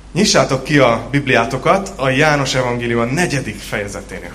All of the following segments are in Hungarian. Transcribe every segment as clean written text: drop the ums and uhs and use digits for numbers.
Nyissátok ki a Bibliátokat a János Evangélium a 4. fejezeténél.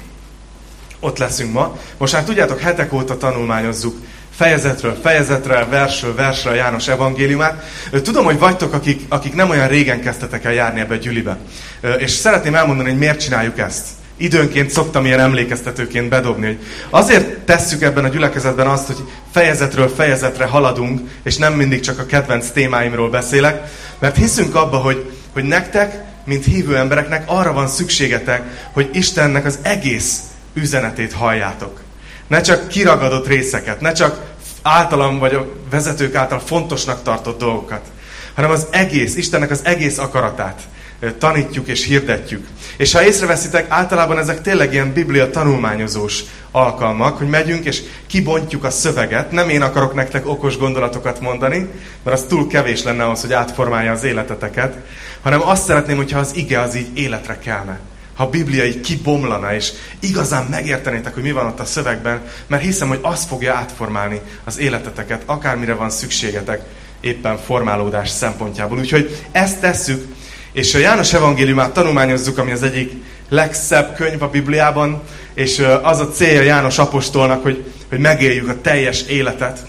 Ott leszünk ma. Most már tudjátok, hetek óta tanulmányozzuk fejezetről fejezetre, versről versre a János Evangéliumát. Tudom, hogy vagytok, akik nem olyan régen kezdtetek el járni ebbe a gyülibe. És szeretném elmondani, hogy miért csináljuk ezt. Időnként szoktam ilyen emlékeztetőként bedobni, hogy azért tesszük ebben a gyülekezetben azt, hogy fejezetről fejezetre haladunk, és nem mindig csak a kedvenc témáimról beszélek, mert hiszünk abba, hogy nektek, mint hívő embereknek arra van szükségetek, hogy Istennek az egész üzenetét halljátok. Ne csak kiragadott részeket, ne csak általam vagy a vezetők által fontosnak tartott dolgokat, hanem az egész, Istennek az egész akaratát tanítjuk és hirdetjük. És ha észreveszitek, általában ezek tényleg ilyen biblia tanulmányozós alkalmak, hogy megyünk és kibontjuk a szöveget. Nem én akarok nektek okos gondolatokat mondani, mert az túl kevés lenne ahhoz, hogy átformálja az életeteket, hanem azt szeretném, hogyha az ige az így életre kelne. Ha a Biblia így kibomlana, és igazán megértenétek, hogy mi van ott a szövegben, mert hiszem, hogy az fogja átformálni az életeteket, akármire van szükségetek éppen formálódás szempontjából. Úgyhogy ezt tesszük, és a János Evangéliumát tanulmányozzuk, ami az egyik legszebb könyv a Bibliában, és az a célja János apostolnak, hogy megéljük a teljes életet,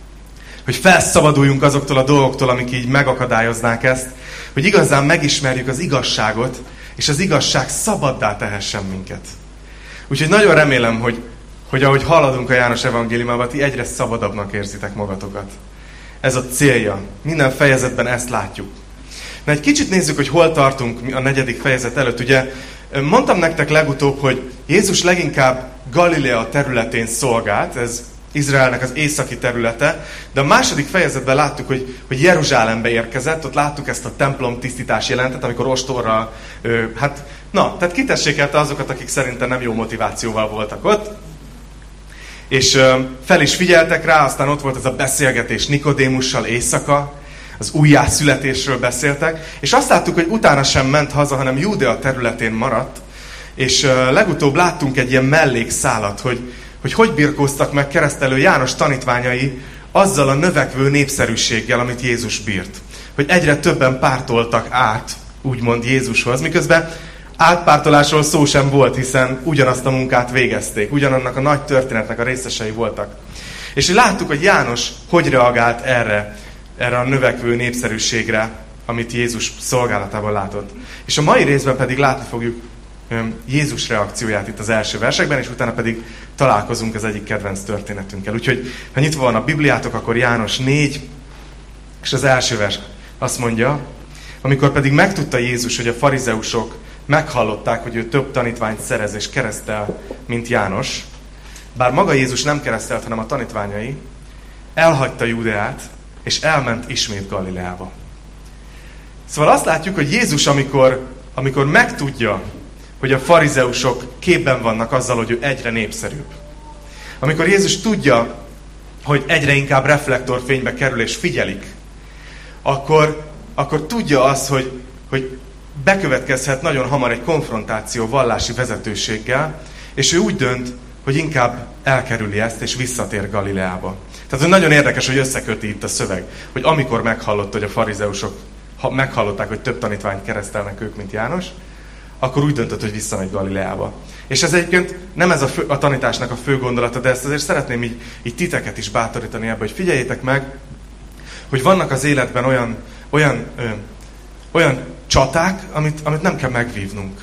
hogy felszabaduljunk azoktól a dolgoktól, amik így megakadályoznák ezt, hogy igazán megismerjük az igazságot, és az igazság szabaddá tehessen minket. Úgyhogy nagyon remélem, hogy ahogy haladunk a János Evangéliumában, ti egyre szabadabbnak érzitek magatokat. Ez a célja. Minden fejezetben ezt látjuk. Na, egy kicsit nézzük, hogy hol tartunk a 4. fejezet előtt. Ugye mondtam nektek legutóbb, hogy Jézus leginkább Galilea területén szolgált, ez Izraelnek az északi területe, de a 2. fejezetben láttuk, hogy Jeruzsálembe érkezett, ott láttuk ezt a templom tisztítás jelentet, amikor ostorral, tehát kitessékelte azokat, akik szerintem nem jó motivációval voltak ott, és fel is figyeltek rá, aztán ott volt ez a beszélgetés Nikodémussal éjszaka, az újjászületésről beszéltek, és azt láttuk, hogy utána sem ment haza, hanem Júdea területén maradt, és legutóbb láttunk egy ilyen mellékszálat, hogy birkóztak meg keresztelő János tanítványai azzal a növekvő népszerűséggel, amit Jézus bírt. Hogy egyre többen pártoltak át, úgymond Jézushoz, miközben átpártolásról szó sem volt, hiszen ugyanazt a munkát végezték, ugyanannak a nagy történetnek a részesei voltak. És láttuk, hogy János hogy reagált erre a növekvő népszerűségre, amit Jézus szolgálatában látott. És a mai részben pedig látni fogjuk Jézus reakcióját itt az első versekben, és utána pedig találkozunk az egyik kedvenc történetünkkel. Úgyhogy, ha nyitva van a Bibliátok, akkor János 4, és az első vers azt mondja, amikor pedig megtudta Jézus, hogy a farizeusok meghallották, hogy ő több tanítványt szerez és keresztel, mint János, bár maga Jézus nem keresztelt, hanem a tanítványai, elhagyta Júdeát, és elment ismét Galileába. Szóval azt látjuk, hogy Jézus, amikor megtudja, hogy a farizeusok képben vannak azzal, hogy ő egyre népszerűbb. Amikor Jézus tudja, hogy egyre inkább reflektorfénybe kerül és figyelik, akkor tudja azt, hogy bekövetkezhet nagyon hamar egy konfrontáció vallási vezetőséggel, és ő úgy dönt, hogy inkább elkerüli ezt, és visszatér Galileába. Tehát nagyon érdekes, hogy összeköti itt a szöveg, hogy amikor meghallott, hogy a farizeusok meghallották, hogy több tanítványt keresztelnek ők, mint János, akkor úgy döntött, hogy visszamegy Galileába. És ez egyébként nem ez a tanításnak a fő gondolata, de ezt azért szeretném így titeket is bátorítani ebbe, hogy figyeljétek meg, hogy vannak az életben olyan csaták, amit nem kell megvívnunk.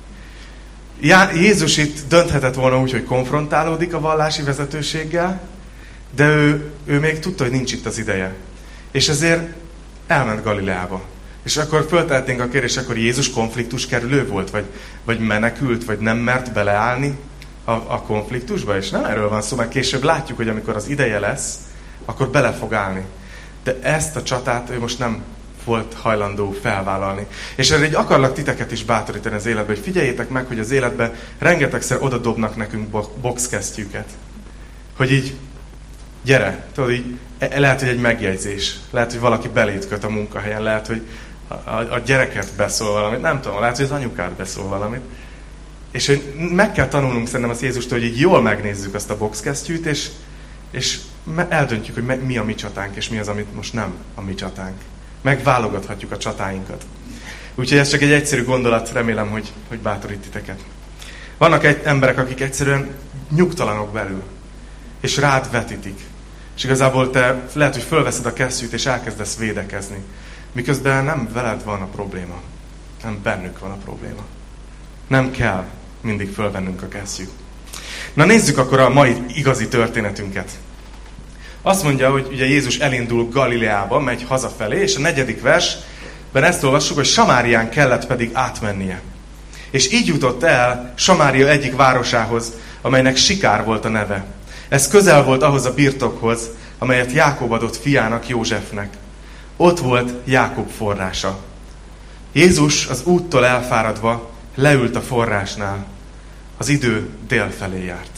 Jézus itt dönthetett volna úgy, hogy konfrontálódik a vallási vezetőséggel, de ő még tudta, hogy nincs itt az ideje. És ezért elment Galileába. És akkor föltehetnénk a kérdést, akkor Jézus konfliktuskerülő volt? Vagy menekült? Vagy nem mert beleállni a konfliktusba? És nem erről van szó, mert később látjuk, hogy amikor az ideje lesz, akkor bele fog állni. De ezt a csatát ő most nem volt hajlandó felvállalni. És erre így akarlak titeket is bátorítani az életbe, hogy figyeljétek meg, hogy az életben rengetegszer oda dobnak nekünk boxkesztyűket. Hogy így, gyere, tudod így, lehet, hogy egy megjegyzés, lehet, hogy valaki belét köt a munkahelyen, lehet, hogy a gyereket beszól valamit, nem tudom, lehet, hogy az anyukát beszól valamit. És hogy meg kell tanulnunk szerintem azt Jézustól, hogy így jól megnézzük azt a boxkesztyűt, és eldöntjük, hogy mi a mi csatánk, és mi az, amit most nem a mi csatánk. Megválogathatjuk a csatáinkat. Úgyhogy ez csak egy egyszerű gondolat, remélem, hogy bátorít titeket. Vannak emberek, akik egyszerűen nyugtalanok belül, és rád vetítik. És igazából te lehet, hogy fölveszed a kesztyűt, és elkezdesz védekezni. Miközben nem veled van a probléma, nem bennük van a probléma. Nem kell mindig fölvennünk a kesztyűt. Na nézzük akkor a mai igazi történetünket. Azt mondja, hogy ugye Jézus elindul Galileába, megy hazafelé, és a 4. versben ezt olvassuk, hogy Samárián kellett pedig átmennie. És így jutott el Samária egyik városához, amelynek Sikár volt a neve. Ez közel volt ahhoz a birtokhoz, amelyet Jákob adott fiának, Józsefnek. Ott volt Jákob forrása. Jézus az úttól elfáradva leült a forrásnál. Az idő dél felé járt.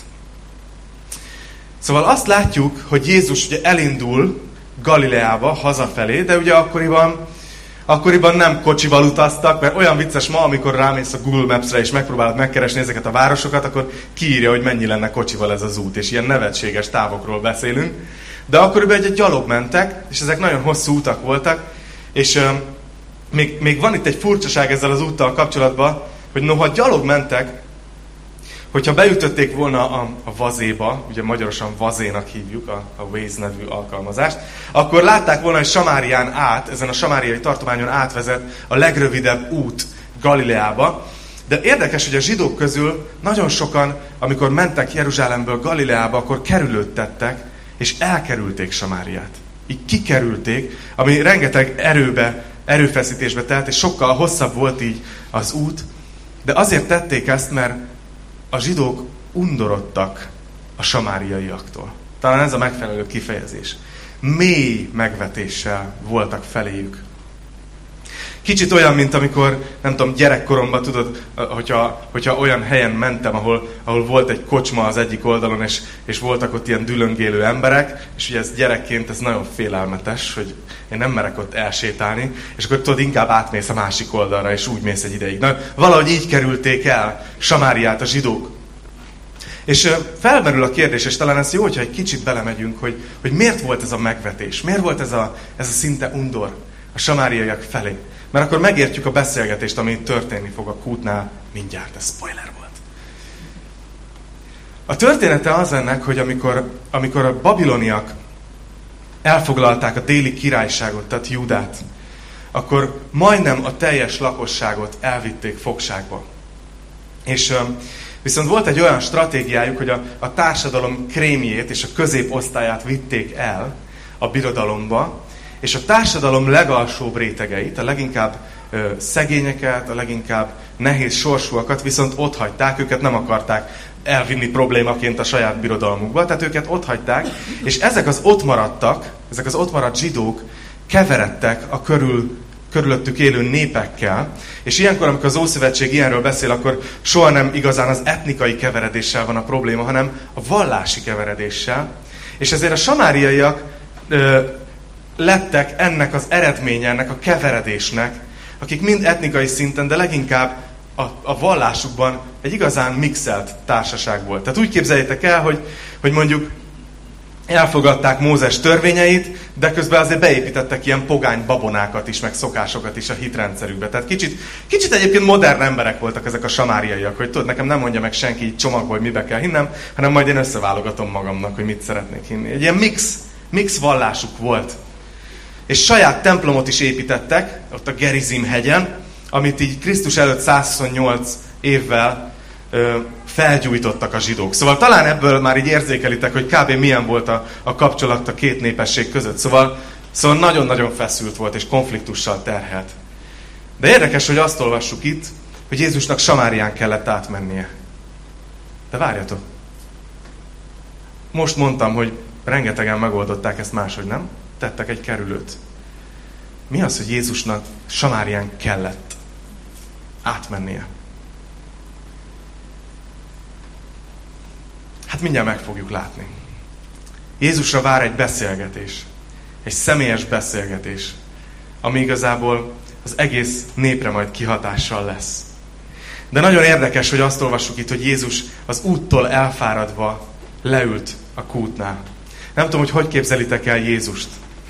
Szóval azt látjuk, hogy Jézus ugye elindul Galileába, hazafelé, de ugye akkoriban nem kocsival utaztak, mert olyan vicces ma, amikor rámész a Google Maps-re és megpróbálod megkeresni ezeket a városokat, akkor kiírja, hogy mennyi lenne kocsival ez az út, és ilyen nevetséges távokról beszélünk. De akkoriban egy gyalog mentek, és ezek nagyon hosszú utak voltak, és még van itt egy furcsaság ezzel az úttal kapcsolatban, hogy noha gyalog mentek, hogyha beütötték volna a vazéba, ugye magyarosan vazénak hívjuk a Waze nevű alkalmazást, akkor látták volna, hogy Samárián át, ezen a samáriai tartományon átvezet a legrövidebb út Galileába. De érdekes, hogy a zsidók közül nagyon sokan, amikor mentek Jeruzsálemből Galileába, akkor kerülőt tettek, és elkerülték Samáriát. Így kikerülték, ami rengeteg erőfeszítésbe telt, és sokkal hosszabb volt így az út. De azért tették ezt, mert a zsidók undorodtak a samáriaiaktól. Talán ez a megfelelő kifejezés. Mély megvetéssel voltak feléjük. Kicsit olyan, mint amikor, nem tudom, gyerekkoromban tudod, hogyha olyan helyen mentem, ahol volt egy kocsma az egyik oldalon, és voltak ott ilyen dülöngélő emberek, és ugye ez gyerekként ez nagyon félelmetes, hogy én nem merek ott elsétálni, és akkor tudod, inkább átmész a másik oldalra, és úgy mész egy ideig. Na, valahogy így kerülték el Samáriát a zsidók. És felmerül a kérdés, és talán ez jó, hogyha egy kicsit belemegyünk, hogy miért volt ez a megvetés, miért volt ez a szinte undor a samáriaiak felé. Mert akkor megértjük a beszélgetést, ami történni fog a kútnál mindjárt. Ez spoiler volt. A története az ennek, hogy amikor a babiloniak elfoglalták a déli királyságot, tehát Júdát, akkor majdnem a teljes lakosságot elvitték fogságba. És viszont volt egy olyan stratégiájuk, hogy a társadalom krémjét és a középosztályát vitték el a birodalomba, és a társadalom legalsóbb rétegeit, a leginkább szegényeket, a leginkább nehéz sorsúakat viszont otthagyták, őket nem akarták elvinni problémaként a saját birodalmukba, tehát őket otthagyták, és ezek az ott maradt zsidók keveredtek a körülöttük élő népekkel, és ilyenkor, amikor az Ószövetség ilyenről beszél, akkor soha nem igazán az etnikai keveredéssel van a probléma, hanem a vallási keveredéssel, és ezért a samáriaiak lettek ennek az eredménye, ennek a keveredésnek, akik mind etnikai szinten, de leginkább a vallásukban egy igazán mixelt társaság volt. Tehát úgy képzeljétek el, hogy mondjuk elfogadták Mózes törvényeit, de közben azért beépítettek ilyen pogány babonákat is, meg szokásokat is a hitrendszerükbe. Tehát kicsit egyébként modern emberek voltak ezek a samáriaiak, hogy tudod, nekem nem mondja meg senki így csomagból, hogy mibe kell hinnem, hanem majd én összeválogatom magamnak, hogy mit szeretnék hinni. Egy ilyen mix vallásuk volt. És saját templomot is építettek, ott a Gerizim hegyen, amit így Krisztus előtt 128 évvel felgyújtottak a zsidók. Szóval talán ebből már így érzékelitek, hogy kb. Milyen volt a kapcsolat a két népesség között. Szóval nagyon-nagyon feszült volt, és konfliktussal terhelt. De érdekes, hogy azt olvassuk itt, hogy Jézusnak Samárián kellett átmennie. De várjatok! Most mondtam, hogy rengetegen megoldották ezt máshogy, nem? Tettek egy kerülőt. Mi az, hogy Jézusnak Samárián kellett átmennie? Hát mindjárt meg fogjuk látni. Jézusra vár egy beszélgetés. Egy személyes beszélgetés, ami igazából az egész népre majd kihatással lesz. De nagyon érdekes, hogy azt olvassuk itt, hogy Jézus az úttól elfáradva leült a kútnál. Nem tudom, hogy képzelitek el Jézust.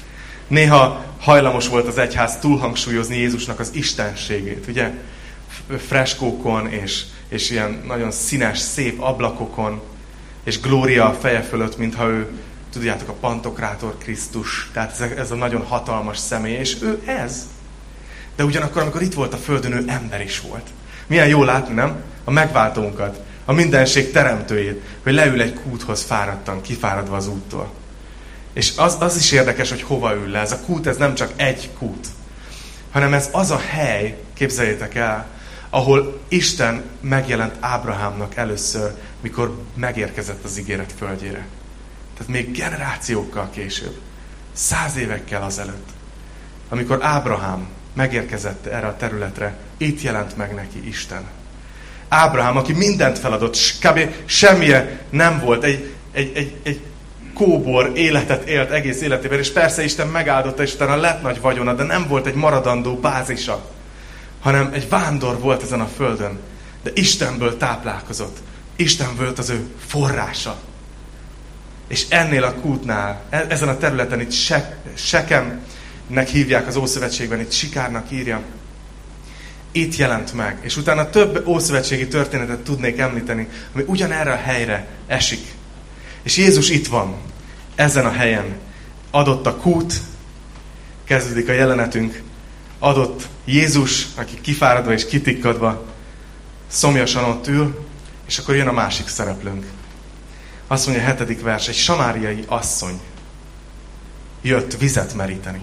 Néha hajlamos volt az egyház túlhangsúlyozni Jézusnak az istenségét, ugye? Freskókon és ilyen nagyon színes, szép ablakokon, és glória a feje fölött, mintha ő, tudjátok, a Pantokrátor Krisztus, tehát ez a nagyon hatalmas személy, és ő ez. De ugyanakkor, amikor itt volt a földön, ő ember is volt. Milyen jó látni, nem? A megváltónkat, a mindenség teremtőjét, hogy leül egy kúthoz fáradtan, kifáradva az úttól. És az is érdekes, hogy hova ül le. Ez a kút, ez nem csak egy kút, hanem ez az a hely, képzeljétek el, ahol Isten megjelent Ábrahámnak először, mikor megérkezett az ígéret földjére. Tehát még generációkkal később, 100 évekkel azelőtt, amikor Ábrahám megérkezett erre a területre, itt jelent meg neki Isten. Ábrahám, aki mindent feladott, kb. Semmije nem volt, egy kóbor életet élt egész életében, és persze Isten megáldotta, és utána lett nagy vagyona, de nem volt egy maradandó bázisa, hanem egy vándor volt ezen a földön. De Istenből táplálkozott. Isten volt az ő forrása. És ennél a kútnál, ezen a területen, itt Sekemnek hívják az Ószövetségben, itt Sikárnak írja, itt jelent meg. És utána több ószövetségi történetet tudnék említeni, ami ugyanerre a helyre esik. És Jézus itt van, ezen a helyen. Adott a kút, kezdődik a jelenetünk, adott Jézus, aki kifáradva és kitikkadva, szomjasan ott ül, és akkor jön a másik szereplőnk. Azt mondja a 7. vers, egy samáriai asszony jött vizet meríteni.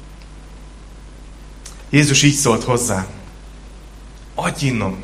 Jézus így szólt hozzá, adj innom.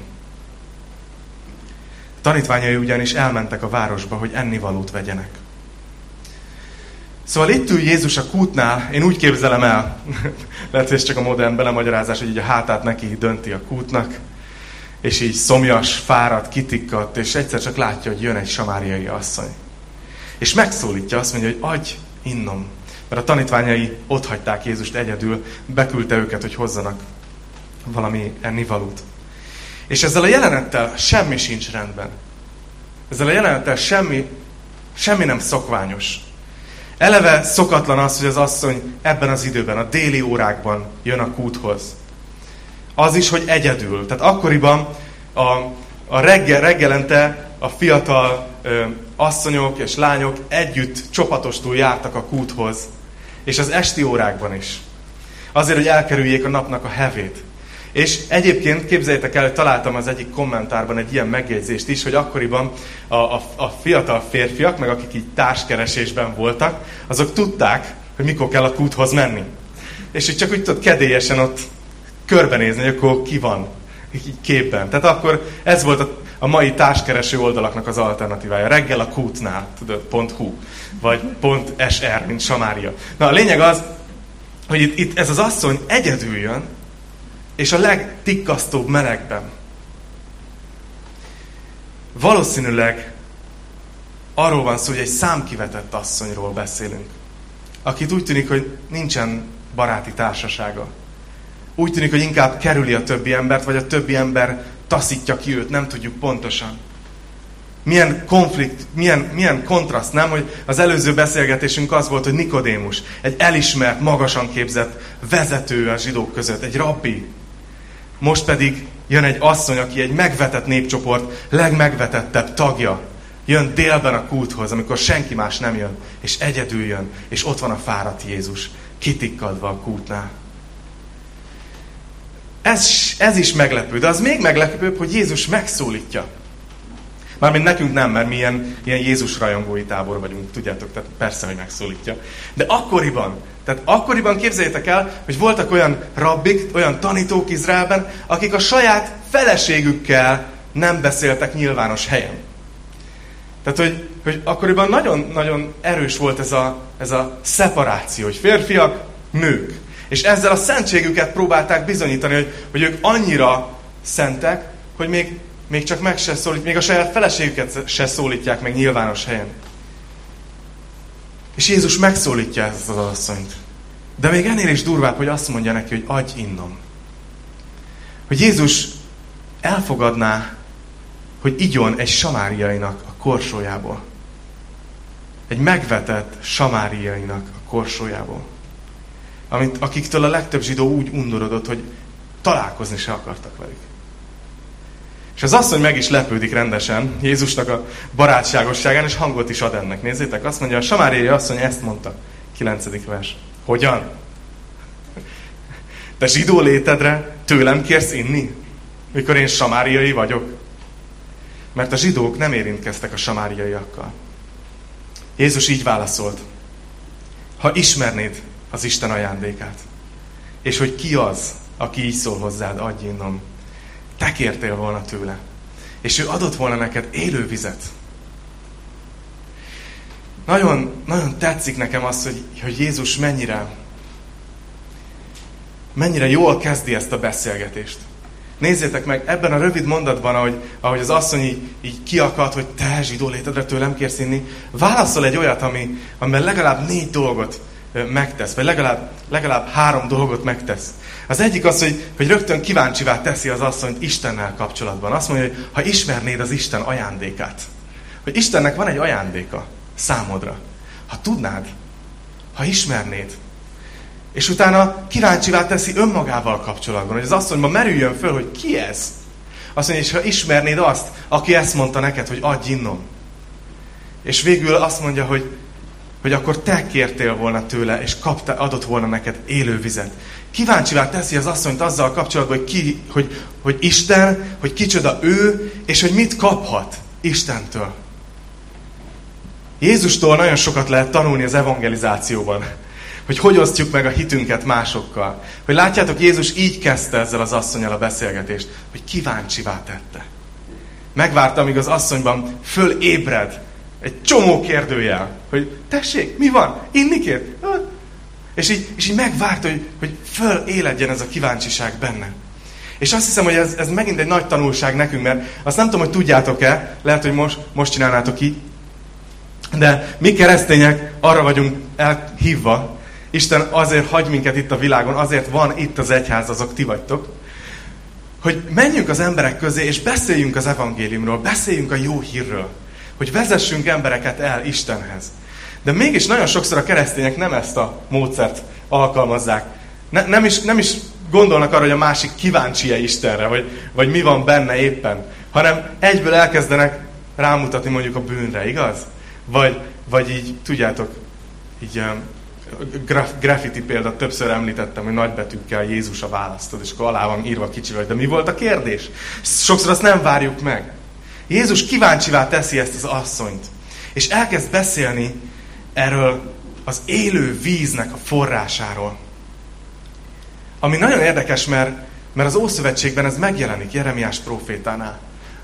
A tanítványai ugyanis elmentek a városba, hogy ennivalót vegyenek. Szóval itt ül Jézus a kútnál, én úgy képzelem el, lehet, hogy ez csak a modern belemagyarázás, hogy így a hátát neki dönti a kútnak, és így szomjas, fáradt, kitikkadt, és egyszer csak látja, hogy jön egy samáriai asszony. És megszólítja, azt mondja, hogy adj innom. Mert a tanítványai ott hagyták Jézust egyedül, beküldte őket, hogy hozzanak valami ennivalót. És ezzel a jelenettel semmi sincs rendben. Ezzel a jelenettel semmi nem szokványos. Eleve szokatlan az, hogy az asszony ebben az időben, a déli órákban jön a kúthoz. Az is, hogy egyedül. Tehát akkoriban a reggelente a fiatal asszonyok és lányok együtt csapatostul jártak a kúthoz. És az esti órákban is. Azért, hogy elkerüljék a napnak a hevét. És egyébként képzeljétek el, hogy találtam az egyik kommentárban egy ilyen megjegyzést is, hogy akkoriban a fiatal férfiak, meg akik így társkeresésben voltak, azok tudták, hogy mikor kell a kúthoz menni. És hogy csak úgy tudod kedélyesen ott körbenézni, hogy akkor ki van így képben. Tehát akkor ez volt a mai társkereső oldalaknak az alternatívája. Reggel a kútnál, tudod, .hu, vagy .sr, mint Samária. Na a lényeg az, hogy itt ez az asszony egyedül jön, és a legtikkasztóbb melegben. Valószínűleg arról van szó, hogy egy számkivetett asszonyról beszélünk. Akit úgy tűnik, hogy nincsen baráti társasága. Úgy tűnik, hogy inkább kerüli a többi embert, vagy a többi ember taszítja ki őt, nem tudjuk pontosan. Milyen konflikt, milyen kontraszt, nem? Hogy az előző beszélgetésünk az volt, hogy Nikodémus, egy elismert, magasan képzett vezető a zsidók között, egy rabbi. Most pedig jön egy asszony, aki egy megvetett népcsoport legmegvetettebb tagja. Jön délben a kúthoz, amikor senki más nem jön, és egyedül jön, és ott van a fáradt Jézus, kitikkadva a kútnál. Ez is meglepő, de az még meglepőbb, hogy Jézus megszólítja. Mármint nekünk nem, mert mi ilyen Jézus rajongói tábor vagyunk, tudjátok, tehát persze, hogy megszólítja. De akkoriban képzeljétek el, hogy voltak olyan rabbik, olyan tanítók Izraelben, akik a saját feleségükkel nem beszéltek nyilvános helyen. Tehát, hogy akkoriban nagyon-nagyon erős volt ez a szeparáció, hogy férfiak, nők. És ezzel a szentségüket próbálták bizonyítani, hogy ők annyira szentek, hogy még csak meg se szólít, még a saját feleségüket se szólítják meg nyilvános helyen. És Jézus megszólítja ezt az asszonyt. De még ennél is durvább, hogy azt mondja neki, hogy adj innom. Hogy Jézus elfogadná, hogy igyon egy samáriainak a korsójából. Egy megvetett samáriainak a korsójából. akiktől a legtöbb zsidó úgy undorodott, hogy találkozni se akartak velük. És az asszony meg is lepődik rendesen Jézusnak a barátságosságán, és hangot is ad ennek. Nézzétek, azt mondja, a samáriai asszony ezt mondta. 9. vers. Hogyan? Te zsidó létedre tőlem kérsz inni, mikor én samáriai vagyok? Mert a zsidók nem érintkeztek a samáriaiakkal. Jézus így válaszolt. Ha ismernéd az Isten ajándékát, és hogy ki az, aki így szól hozzád, adj innom, te kértél volna tőle, és ő adott volna neked élő vizet. Nagyon, nagyon tetszik nekem az, hogy Jézus mennyire jól kezdi ezt a beszélgetést. Nézzétek meg, ebben a rövid mondatban, ahogy az asszony így kiakadt, hogy te zsidó létedre tőlem kérsz inni, válaszol egy olyat, amiben legalább 4 dolgot megtesz, vagy legalább 3 dolgot megtesz. Az egyik az, hogy rögtön kíváncsivá teszi az asszonyt Istennel kapcsolatban. Azt mondja, hogy ha ismernéd az Isten ajándékát. Hogy Istennek van egy ajándéka számodra. Ha tudnád, ha ismernéd. És utána kíváncsivá teszi önmagával kapcsolatban, hogy az asszonyban merüljön föl, hogy ki ez. Azt mondja, és ha ismernéd azt, aki ezt mondta neked, hogy adj innom. És végül azt mondja, hogy akkor te kértél volna tőle, és adott volna neked élő vizet. Kíváncsivá teszi az asszonyt azzal kapcsolatban, hogy Isten, hogy kicsoda ő, és hogy mit kaphat Istentől. Jézustól nagyon sokat lehet tanulni az evangelizációban. Hogy osztjuk meg a hitünket másokkal. Hogy látjátok, Jézus így kezdte ezzel az asszonnyal a beszélgetést, hogy kíváncsivá tette. Megvárta, amíg az asszonyban fölébred egy csomó kérdőjel, hogy tessék, mi van? Inni kér? És így megvárta, hogy föléledjen ez a kíváncsiság benne. És azt hiszem, hogy ez megint egy nagy tanulság nekünk, mert azt nem tudom, hogy tudjátok-e, lehet, hogy most csinálnátok így, de mi keresztények arra vagyunk elhívva, Isten azért hagy minket itt a világon, azért van itt az egyház, azok ti vagytok, hogy menjünk az emberek közé, és beszéljünk az evangéliumról, beszéljünk a jó hírről, hogy vezessünk embereket el Istenhez. De mégis nagyon sokszor a keresztények nem ezt a módszert alkalmazzák. Nem is gondolnak arra, hogy a másik kíváncsi-e Istenre, vagy mi van benne éppen, hanem egyből elkezdenek rámutatni mondjuk a bűnre, igaz? Vagy így, tudjátok, így graffiti példát többször említettem, hogy nagybetűkkel Jézus a választod, és akkor alá van írva kicsivel, de mi volt a kérdés? Sokszor azt nem várjuk meg. Jézus kíváncsivá teszi ezt az asszonyt, és elkezd beszélni erről az élő víznek a forrásáról. Ami nagyon érdekes, mert az Ószövetségben ez megjelenik Jeremiás prófétánál,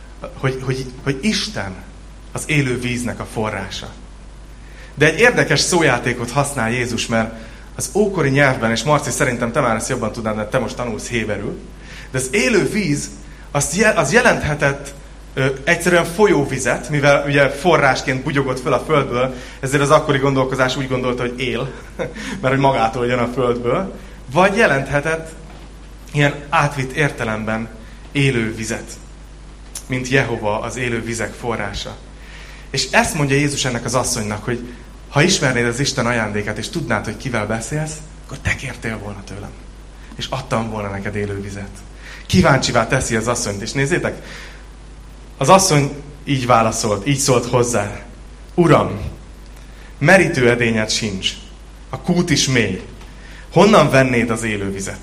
hogy Isten az élő víznek a forrása. De egy érdekes szójátékot használ Jézus, mert az ókori nyelvben, és Marci, szerintem te már ezt jobban tudnád, mert te most tanulsz héberül, de az élő víz az jelenthetett egyszerűen folyóvizet, mivel ugye forrásként bugyogott föl a földből, ezért az akkori gondolkozás úgy gondolta, hogy él, mert hogy magától jön a földből, vagy jelenthetett ilyen átvitt értelemben élő vizet, mint Jehova az élő vizek forrása. És ezt mondja Jézus ennek az asszonynak, hogy ha ismernéd az Isten ajándékát, és tudnád, hogy kivel beszélsz, akkor te kértél volna tőlem. És adtam volna neked élő vizet. Kíváncsivá teszi az asszonyt. És nézzétek, az asszony így válaszolt, így szólt hozzá. Uram, merítő edényed sincs, a kút is mély. Honnan vennéd az élő vizet?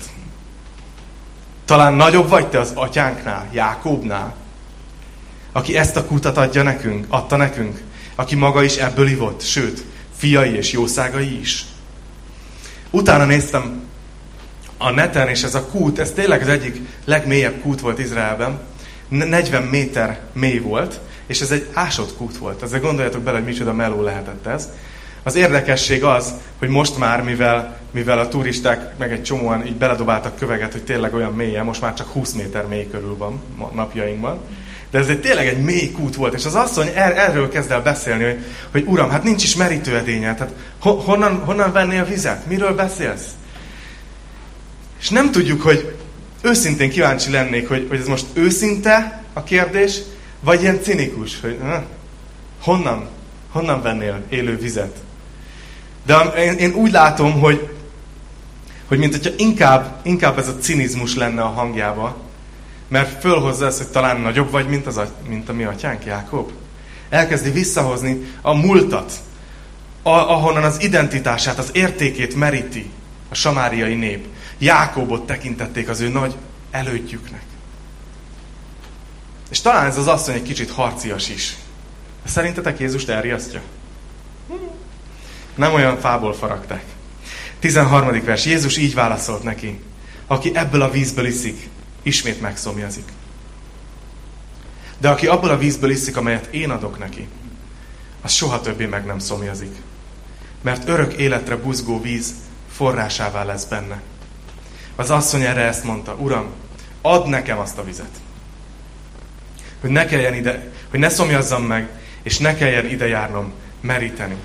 Talán nagyobb vagy te az atyánknál, Jákóbnál, aki ezt a kutat adta nekünk, aki maga is ebből ivott, sőt, fiai és jószágai is. Utána néztem a neten, és ez a kút, ez tényleg az egyik legmélyebb kút volt Izraelben, 40 méter mély volt, és ez egy ásott kút volt. Ezzel gondoljatok bele, hogy micsoda meló lehetett ez. Az érdekesség az, hogy most már, mivel a turisták meg egy csomóan így beledobáltak köveget, hogy tényleg olyan mélyen, most már csak 20 méter mély körül van napjainkban. De ez tényleg egy mély kút volt, és az asszony erről kezd el beszélni, hogy Uram, hát nincs is merítőedénye, tehát honnan vennél vizet? Miről beszélsz? És nem tudjuk, hogy őszintén kíváncsi lennék, hogy ez most őszinte a kérdés, vagy ilyen cinikus, hogy honnan vennél élő vizet? De én úgy látom, hogy mint hogyha inkább ez a cinizmus lenne a hangjába, mert fölhozza ezt, hogy talán nagyobb vagy, mint a mi atyánk, Jákob. Elkezdi visszahozni a múltat, ahonnan az identitását, az értékét meríti a samáriai nép. Jákobot tekintették az ő nagy elődjüknek. És talán ez az asszony egy kicsit harcias is. De szerintetek Jézust elriasztja? Nem olyan fából faragták. 13. vers. Jézus így válaszolt neki: aki ebből a vízből iszik, ismét megszomjazik. De aki abból a vízből iszik, amelyet én adok neki, az soha többé meg nem szomjazik. Mert örök életre buzgó víz forrásává lesz benne. Az asszony erre ezt mondta: Uram, add nekem azt a vizet. Hogy ne kelljen ide, hogy ne szomjazzam meg, és ne kelljen ide járnom meríteni.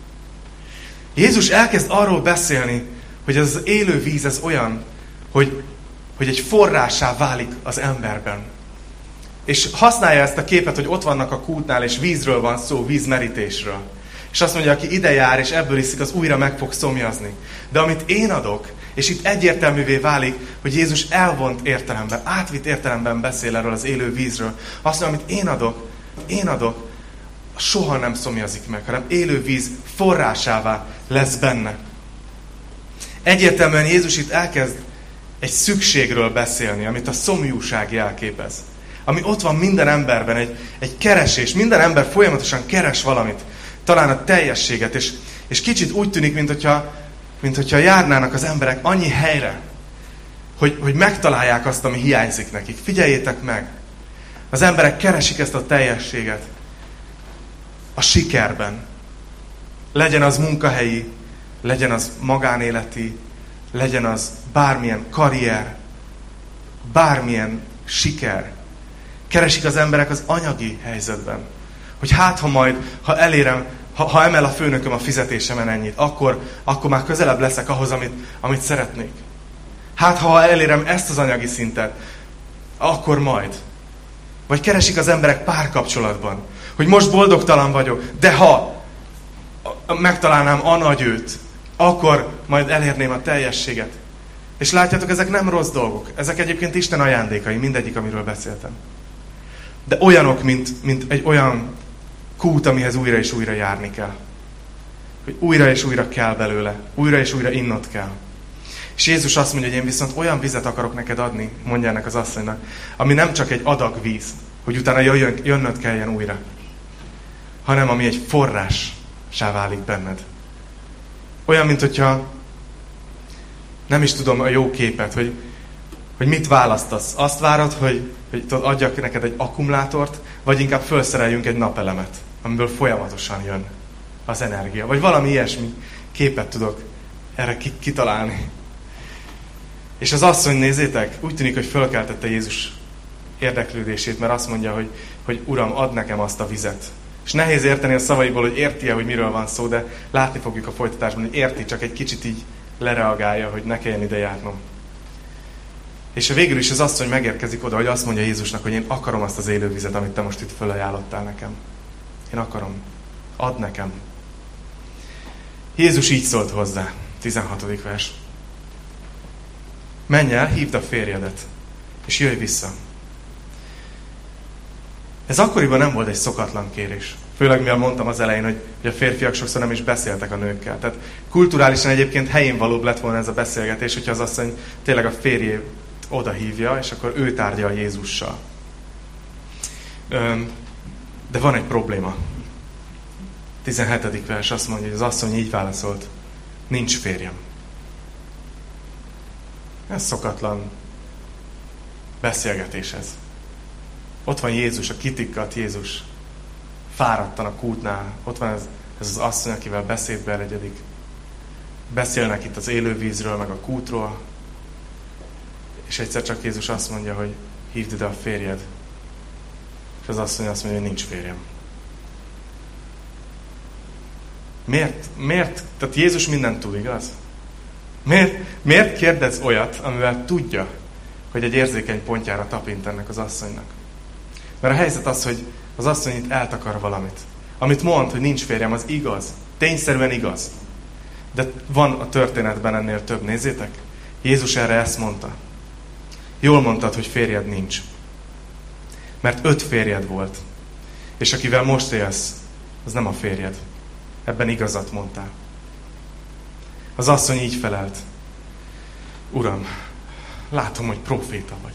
Jézus elkezd arról beszélni, hogy ez az élő víz, ez olyan, hogy egy forrássá válik az emberben. És használja ezt a képet, hogy ott vannak a kútnál, és vízről van szó, vízmerítésről. És azt mondja, aki ide jár, és ebből iszik, az újra meg fog szomjazni. De amit én adok, és itt egyértelművé válik, hogy Jézus elvont értelemben, átvitt értelemben beszél erről az élő vízről. Azt mondja, amit én adok, soha nem szomjazik meg, hanem élő víz forrásává lesz benne. Egyértelműen Jézus itt elkezd egy szükségről beszélni, amit a szomjúság jelképez. Ami ott van minden emberben, egy keresés. Minden ember folyamatosan keres valamit. Talán a teljességet. És kicsit úgy tűnik, minthogyha járnának az emberek annyi helyre, hogy megtalálják azt, ami hiányzik nekik. Figyeljétek meg! Az emberek keresik ezt a teljességet a sikerben. Legyen az munkahelyi, legyen az magánéleti, legyen az bármilyen karrier, bármilyen siker. Keresik az emberek az anyagi helyzetben. Hogy hát, ha majd, ha elérem, ha emel a főnököm a fizetésemen ennyit, akkor már közelebb leszek ahhoz, amit szeretnék. Hát, ha elérem ezt az anyagi szintet, akkor majd. Vagy keresik az emberek párkapcsolatban, hogy most boldogtalan vagyok, de ha megtalálnám a nagy őt, akkor majd elérném a teljességet. És látjátok, ezek nem rossz dolgok. Ezek egyébként Isten ajándékai, mindegyik, amiről beszéltem. De olyanok, mint egy olyan kút, amihez újra és újra járni kell. Hogy újra és újra kell belőle. Újra és újra innod kell. És Jézus azt mondja, hogy én viszont olyan vizet akarok neked adni, mondja ennek az asszonynak, ami nem csak egy adag víz, hogy utána jönnöd kelljen újra, hanem ami egy forrássá válik benned. Olyan, mint hogyha nem is tudom a jó képet, hogy mit választasz. Azt várod, hogy adjak neked egy akkumulátort, vagy inkább felszereljünk egy napelemet, amiből folyamatosan jön az energia. Vagy valami ilyesmi képet tudok erre kitalálni. És az asszony, nézzétek, úgy tűnik, hogy fölkeltette Jézus érdeklődését, mert azt mondja, hogy Uram, add nekem azt a vizet. És nehéz érteni a szavaiból, hogy érti-e, hogy miről van szó, de látni fogjuk a folytatásban, hogy érti, csak egy kicsit így lereagálja, hogy ne kelljen ide járnom. És végül is az asszony megérkezik oda, hogy azt mondja Jézusnak, hogy én akarom azt az élő vizet, amit te most itt fölajánlottál nekem. Én akarom. Add nekem. Jézus így szólt hozzá. 16. vers. Menj el, hívd a férjedet, és jöjj vissza. Ez akkoriban nem volt egy szokatlan kérés. Főleg mivel mondtam az elején, hogy a férfiak sokszor nem is beszéltek a nőkkel. Tehát kulturálisan egyébként helyén valóbb lett volna ez a beszélgetés, hogyha az asszony tényleg a férjét oda hívja, és akkor ő tárgyal Jézussal. De van egy probléma. 17. vers azt mondja, hogy az asszony így válaszolt: nincs férjem. Ez szokatlan beszélgetés ez. Ott van Jézus, a kitikkat Jézus. Fáradtan a kútnál. Ott van ez az asszony, akivel beszédbe elegyedik. Beszélnek itt az élővízről, meg a kútról. És egyszer csak Jézus azt mondja, hogy hívd ide a férjed. És az asszony azt mondja, hogy nincs férjem. Miért? Tehát Jézus mindent tud, igaz? Miért kérdez olyat, amivel tudja, hogy egy érzékeny pontjára tapint ennek az asszonynak? Mert a helyzet az, hogy az asszony itt eltakar valamit. Amit mond, hogy nincs férjem, az igaz. Tényszerűen igaz. De van a történetben ennél több, nézzétek. Jézus erre ezt mondta. Jól mondtad, hogy férjed nincs. Mert 5 férjed volt. És akivel most élsz, az nem a férjed. Ebben igazat mondtál. Az asszony így felelt. Uram, látom, hogy próféta vagy.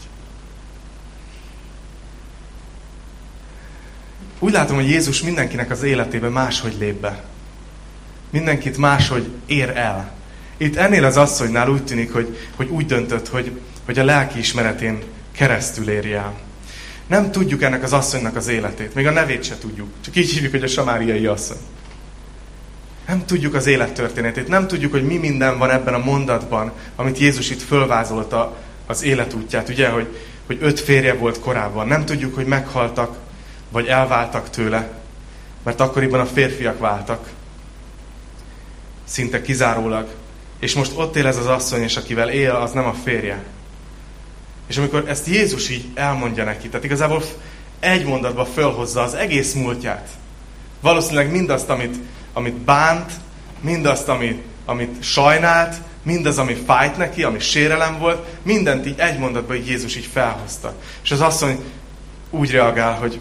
Úgy látom, hogy Jézus mindenkinek az életében máshogy lép be. Mindenkit máshogy ér el. Itt ennél az asszonynál úgy tűnik, hogy úgy döntött, hogy a lelki ismeretén keresztül érje el. Nem tudjuk ennek az asszonynak az életét. Még a nevét se tudjuk. Csak így hívjuk, hogy a samáriai asszony. Nem tudjuk az élettörténetét. Nem tudjuk, hogy mi minden van ebben a mondatban, amit Jézus itt fölvázolt az életútját. Ugye, hogy 5 férje volt korábban. Nem tudjuk, hogy meghaltak, vagy elváltak tőle. Mert akkoriban a férfiak váltak. Szinte kizárólag. És most ott él ez az asszony, és akivel él, az nem a férje. És amikor ezt Jézus így elmondja neki, tehát igazából egy mondatban fölhozza az egész múltját. Valószínűleg mindazt, amit bánt, mindazt, amit sajnált, mindaz, ami fájt neki, ami sérelem volt, mindent így egy mondatban így Jézus így felhozta. És az asszony úgy reagál, hogy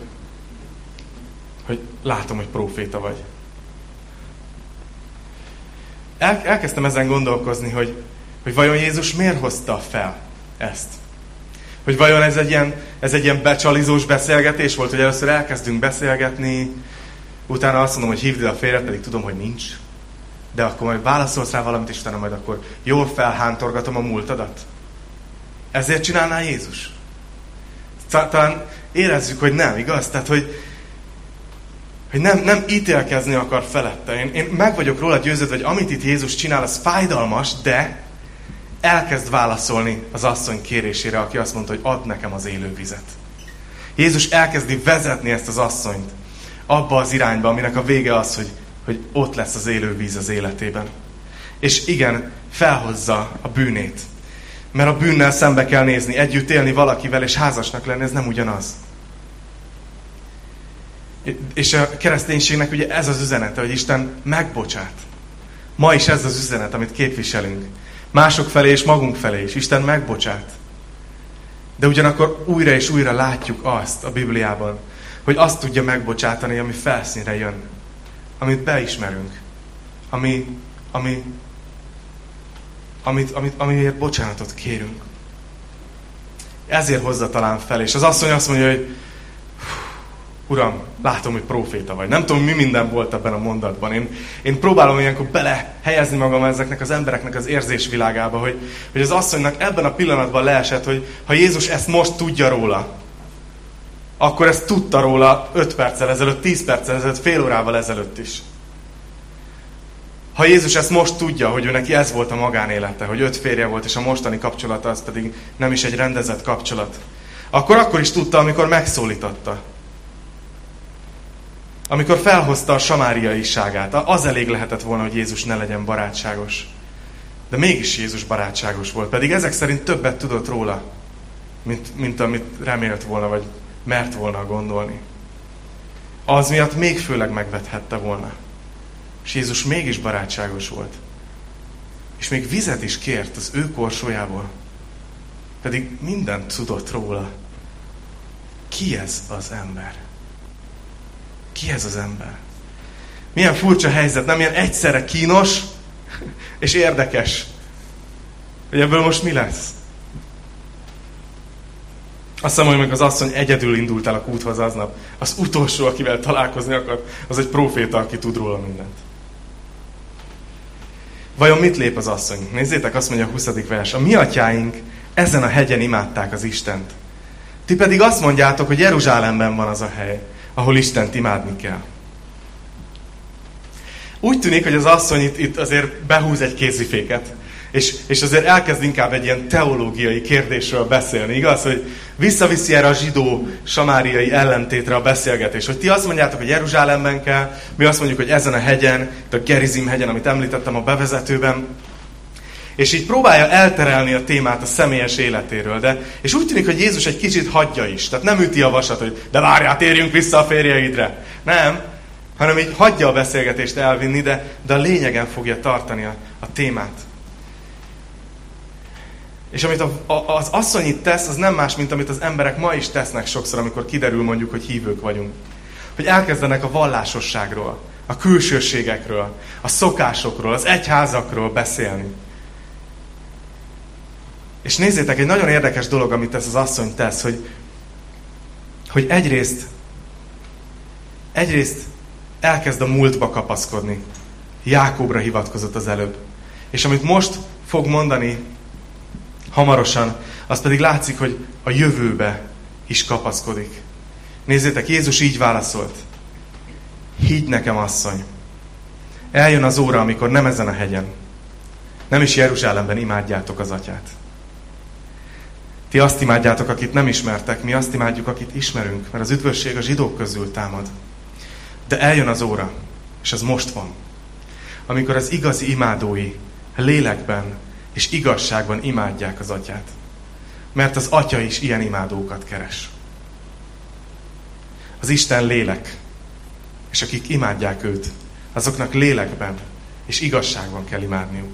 látom, hogy próféta vagy. Elkezdtem ezen gondolkozni, hogy vajon Jézus miért hozta fel ezt? Hogy vajon ez egy ilyen becsalizós beszélgetés volt, hogy először elkezdünk beszélgetni, utána azt mondom, hogy hívd ide a férjet, pedig tudom, hogy nincs. De akkor majd válaszolsz rá valamit, és utána majd akkor jól felhántorgatom a múltadat. Ezért csinálná Jézus? Talán érezzük, hogy nem, igaz? Tehát, hogy nem ítélkezni akar felette. Én meg vagyok róla győződve, hogy amit itt Jézus csinál, az fájdalmas, de elkezd válaszolni az asszony kérésére, aki azt mondta, hogy add nekem az élő vizet. Jézus elkezdi vezetni ezt az asszonyt abba az irányba, aminek a vége az, hogy ott lesz az élő víz az életében. És igen, felhozza a bűnét. Mert a bűnnel szembe kell nézni, együtt élni valakivel, és házasnak lenni, ez nem ugyanaz. És a kereszténységnek ugye ez az üzenete, hogy Isten megbocsát. Ma is ez az üzenet, amit képviselünk. Mások felé és magunk felé is. Isten megbocsát. De ugyanakkor újra és újra látjuk azt a Bibliában, hogy azt tudja megbocsátani, ami felszínre jön. Amit beismerünk. Amiért bocsánatot kérünk. Ezért hozza talán fel. És az asszony azt mondja, hogy Uram, látom, hogy próféta vagy. Nem tudom, mi minden volt ebben a mondatban. Én próbálom ilyenkor belehelyezni magam ezeknek az embereknek az érzésvilágába, hogy az asszonynak ebben a pillanatban leesett, hogy ha Jézus ezt most tudja róla, akkor ezt tudta róla 5 perccel ezelőtt, 10 perccel ezelőtt, fél órával ezelőtt is. Ha Jézus ezt most tudja, hogy ő neki ez volt a magánélete, hogy 5 férje volt, és a mostani kapcsolata az pedig nem is egy rendezett kapcsolat, akkor is tudta, amikor megszólította. Amikor felhozta a samáriaiságát, az elég lehetett volna, hogy Jézus ne legyen barátságos. De mégis Jézus barátságos volt, pedig ezek szerint többet tudott róla, mint amit remélt volna, vagy mert volna gondolni. Az miatt még főleg megvethette volna. És Jézus mégis barátságos volt. És még vizet is kért az ő korsójából. Pedig mindent tudott róla. Ki ez az ember? Ki ez az ember? Milyen furcsa helyzet, nem ilyen egyszerre kínos és érdekes. Hogy ebből most mi lesz? Azt hiszem, hogy meg az asszony egyedül indult el a kúthoz aznap. Az utolsó, akivel találkozni akart, az egy próféta, aki tud róla mindent. Vajon mit lép az asszony? Nézzétek, azt mondja a 20. vers. A mi atyáink ezen a hegyen imádták az Istent. Ti pedig azt mondjátok, hogy Jeruzsálemben van az a hely, ahol Istent imádni kell. Úgy tűnik, hogy az asszony itt azért behúz egy kéziféket, és azért elkezd inkább egy ilyen teológiai kérdésről beszélni, igaz? Hogy visszaviszi erre a zsidó-samáriai ellentétre a beszélgetés, hogy ti azt mondjátok, hogy Jeruzsálemben kell, mi azt mondjuk, hogy ezen a hegyen, itt a Gerizim hegyen, amit említettem a bevezetőben, és így próbálja elterelni a témát a személyes életéről. És úgy tűnik, hogy Jézus egy kicsit hagyja is. Tehát nem üti a vasat, hogy de várjál, térjünk vissza a férjeidre. Nem, hanem így hagyja a beszélgetést elvinni, de a lényegen fogja tartani a témát. És amit az asszony itt tesz, az nem más, mint amit az emberek ma is tesznek sokszor, amikor kiderül mondjuk, hogy hívők vagyunk. Hogy elkezdenek a vallásosságról, a külsőségekről, a szokásokról, az egyházakról beszélni. És nézzétek, egy nagyon érdekes dolog, amit ez az asszony tesz, hogy egyrészt elkezd a múltba kapaszkodni. Jákóbra hivatkozott az előbb. És amit most fog mondani hamarosan, az pedig látszik, hogy a jövőbe is kapaszkodik. Nézzétek, Jézus így válaszolt. Higgy nekem, asszony, eljön az óra, amikor nem ezen a hegyen, nem is Jeruzsálemben imádjátok az Atyát. Ti azt imádjátok, akit nem ismertek, mi azt imádjuk, akit ismerünk, mert az üdvösség a zsidók közül támad. De eljön az óra, és ez most van, amikor az igazi imádói lélekben és igazságban imádják az Atyát. Mert az Atya is ilyen imádókat keres. Az Isten lélek, és akik imádják őt, azoknak lélekben és igazságban kell imádniuk.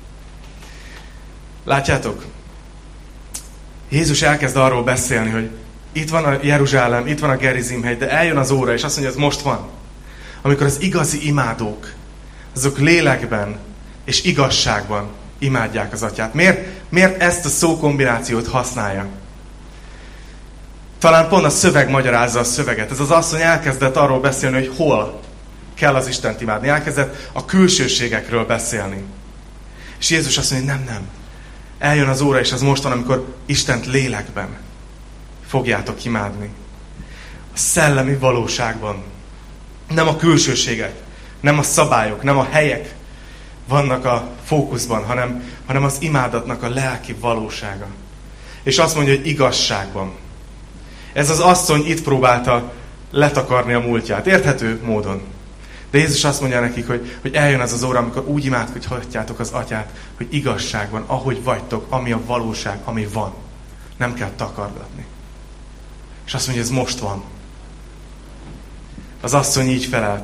Látjátok? Jézus elkezd arról beszélni, hogy itt van a Jeruzsálem, itt van a Gerizim hegy, de eljön az óra, és azt mondja, hogy ez most van. Amikor az igazi imádók, azok lélekben és igazságban imádják az Atyát. Miért ezt a szókombinációt használja? Talán pont a szöveg magyarázza a szöveget. Ez az asszony elkezdett arról beszélni, hogy hol kell az Istent imádni. Elkezdett a külsőségekről beszélni. És Jézus azt mondja, hogy nem. Eljön az óra, és az most van, amikor Istent lélekben fogjátok imádni. A szellemi valóságban. Nem a külsőségek, nem a szabályok, nem a helyek vannak a fókuszban, hanem az imádatnak a lelki valósága. És azt mondja, hogy igazságban. Ez az asszony itt próbálta letakarni a múltját, érthető módon. De Jézus azt mondja nekik, hogy eljön az az óra, amikor úgy imádkodhatjátok az Atyát, hogy igazságban, ahogy vagytok, ami a valóság, ami van. Nem kell takargatni. És azt mondja, ez most van. Az asszony így felelt.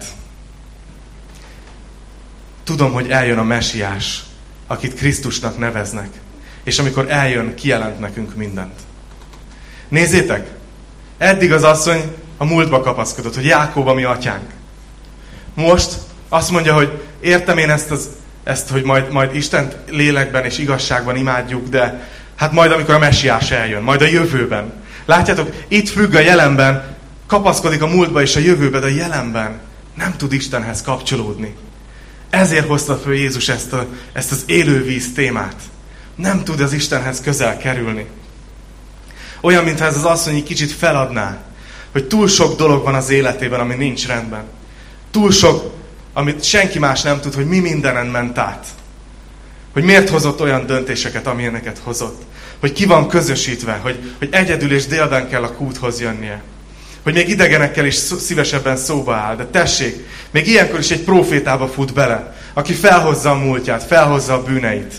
Tudom, hogy eljön a Mesiás, akit Krisztusnak neveznek. És amikor eljön, kijelent nekünk mindent. Nézzétek! Eddig az asszony a múltba kapaszkodott, hogy Jákób a mi atyánk. Most azt mondja, hogy értem én ezt hogy majd Istent lélekben és igazságban imádjuk, de hát majd amikor a Mesiás eljön, majd a jövőben. Látjátok, itt függ a jelenben, kapaszkodik a múltba és a jövőbe, de a jelenben nem tud Istenhez kapcsolódni. Ezért hozta föl Jézus ezt az élővíz témát. Nem tud az Istenhez közel kerülni. Olyan, mintha ez az asszony egy kicsit feladná, hogy túl sok dolog van az életében, ami nincs rendben. Túl sok, amit senki más nem tud, hogy mi mindenen ment át. Hogy miért hozott olyan döntéseket, amilyeneket hozott. Hogy ki van közösítve, hogy egyedül és délben kell a kúthoz jönnie. Hogy még idegenekkel is szívesebben szóba áll. De tessék, még ilyenkor is egy prófétába fut bele, aki felhozza a múltját, felhozza a bűneit.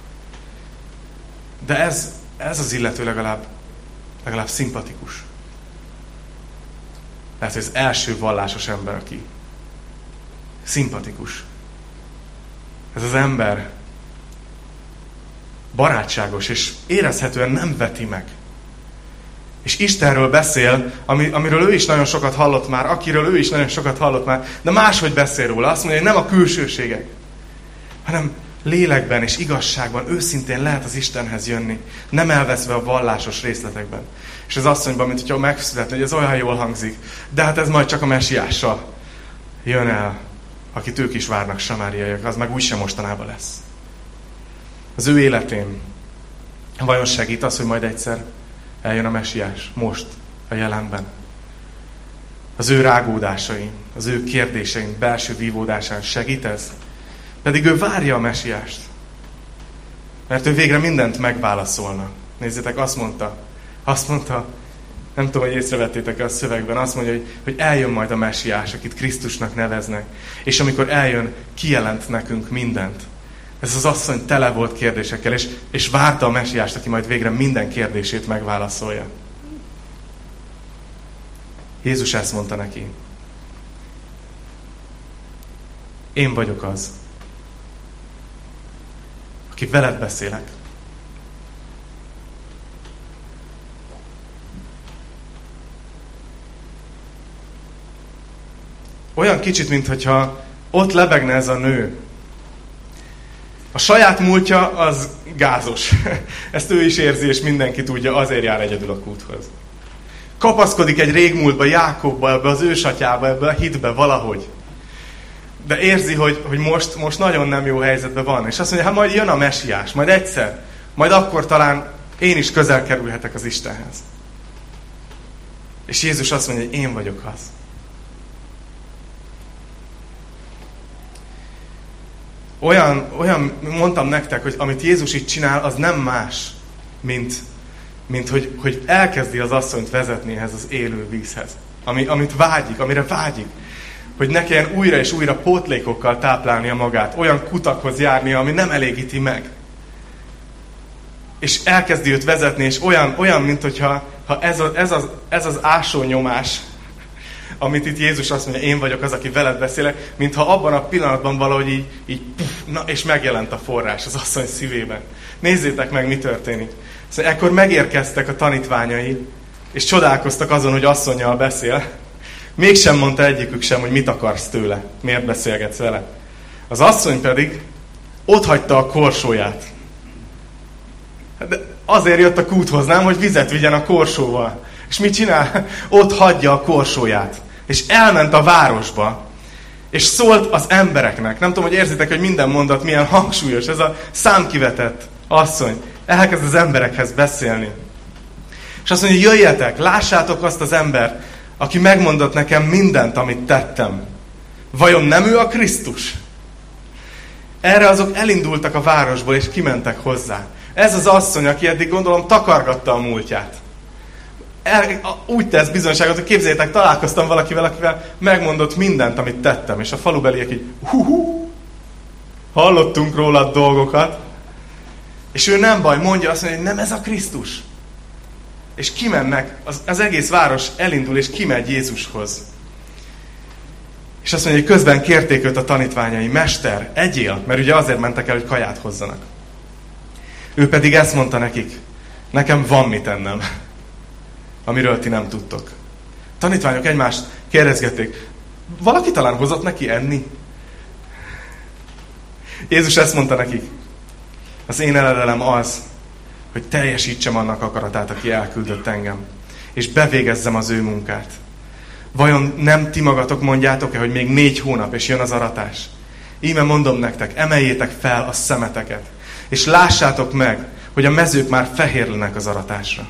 De ez az illető legalább szimpatikus. Lehet, hogy az első vallásos ember, aki szimpatikus. Ez az ember barátságos, és érezhetően nem veti meg. És Istenről beszél, amiről ő is nagyon sokat hallott már, akiről ő is nagyon sokat hallott már, de máshogy beszél róla. Azt mondja, hogy nem a külsőségek, hanem lélekben és igazságban őszintén lehet az Istenhez jönni, nem elveszve a vallásos részletekben. És az asszonyban, mint hogyha megszületne, hogy ez olyan jól hangzik, de hát ez majd csak a Mesiással jön el, akit ők is várnak, samáriaiak, az meg úgysem mostanában lesz. Az ő életén vajon segít az, hogy majd egyszer eljön a Mesiás, most, a jelenben. Az ő rágódásain, az ő kérdésein, belső vívódásán segít ez? Pedig ő várja a Mesiást. Mert ő végre mindent megválaszolna. Nézzétek, azt mondta, nem tudom, hogy észrevettétek a szövegben, azt mondja, hogy eljön majd a Mesiás, akit Krisztusnak neveznek. És amikor eljön, kijelent nekünk mindent. Ez az asszony tele volt kérdésekkel, és várta a Mesiást, aki majd végre minden kérdését megválaszolja. Jézus ezt mondta neki. Én vagyok az, aki veled beszélek. Olyan kicsit, mintha ott lebegne ez a nő. A saját múltja az gázos. Ezt ő is érzi, és mindenki tudja, azért jár egyedül a kúthoz. Kapaszkodik egy régmúltba, Jákobba, ebbe az ősatyába, ebbe a hitbe valahogy. De érzi, hogy most nagyon nem jó helyzetben van. És azt mondja, hát majd jön a mesiás, majd egyszer, majd akkor talán én is közel kerülhetek az Istenhez. És Jézus azt mondja, hogy én vagyok az. Olyan mondtam nektek, hogy amit Jézus itt csinál, az nem más, mint hogy elkezdi az asszonyt vezetni ehhez az élő vízhez. Amit vágyik, amire vágyik. Hogy ne kelljen újra és újra pótlékokkal táplálnia magát, olyan kutakhoz járnia, ami nem elégíti meg. És elkezdi őt vezetni, és olyan mint hogyha ez az ásónyomás, amit itt Jézus azt mondja, én vagyok az, aki veled beszélek, mintha abban a pillanatban valahogy így és megjelent a forrás az asszony szívében. Nézzétek meg, mi történik. Szóval ekkor megérkeztek a tanítványai, és csodálkoztak azon, hogy asszonnyal beszél. Mégsem mondta egyikük sem, hogy mit akarsz tőle, miért beszélgetsz vele. Az asszony pedig otthagyta a korsóját. De azért jött a kúthoz, nem, hogy vizet vigyen a korsóval. És mit csinál? Ott hagyja a korsóját. És elment a városba. És szólt az embereknek. Nem tudom, hogy érzitek, hogy minden mondat milyen hangsúlyos. Ez a számkivetett asszony. Elkezd az emberekhez beszélni. És azt mondja, jöjjetek, lássátok azt az embert, aki megmondott nekem mindent, amit tettem. Vajon nem ő a Krisztus? Erre azok elindultak a városból, és kimentek hozzá. Ez az asszony, aki eddig gondolom takargatta a múltját. Úgy tesz bizonyságot, hogy képzeljétek, találkoztam valakivel, akivel megmondott mindent, amit tettem. És a falubeliek így, hallottunk róla dolgokat. És ő nem baj, mondja azt mondja, hogy nem ez a Krisztus. És kimennek, az egész város elindul, és kimegy Jézushoz. És azt mondja, hogy közben kérték őt a tanítványai, Mester, egyél, mert ugye azért mentek el, hogy kaját hozzanak. Ő pedig ezt mondta nekik, nekem van mit ennem, amiről ti nem tudtok. A tanítványok egymást kérdezgették, valaki talán hozott neki enni? Jézus ezt mondta nekik, az én eredelem az, hogy teljesítsem annak akaratát, aki elküldött engem, és bevégezzem az ő munkát. Vajon nem ti magatok mondjátok-e, hogy még 4 hónap, és jön az aratás? Íme mondom nektek, emeljétek fel a szemeteket, és lássátok meg, hogy a mezők már fehérlenek az aratásra.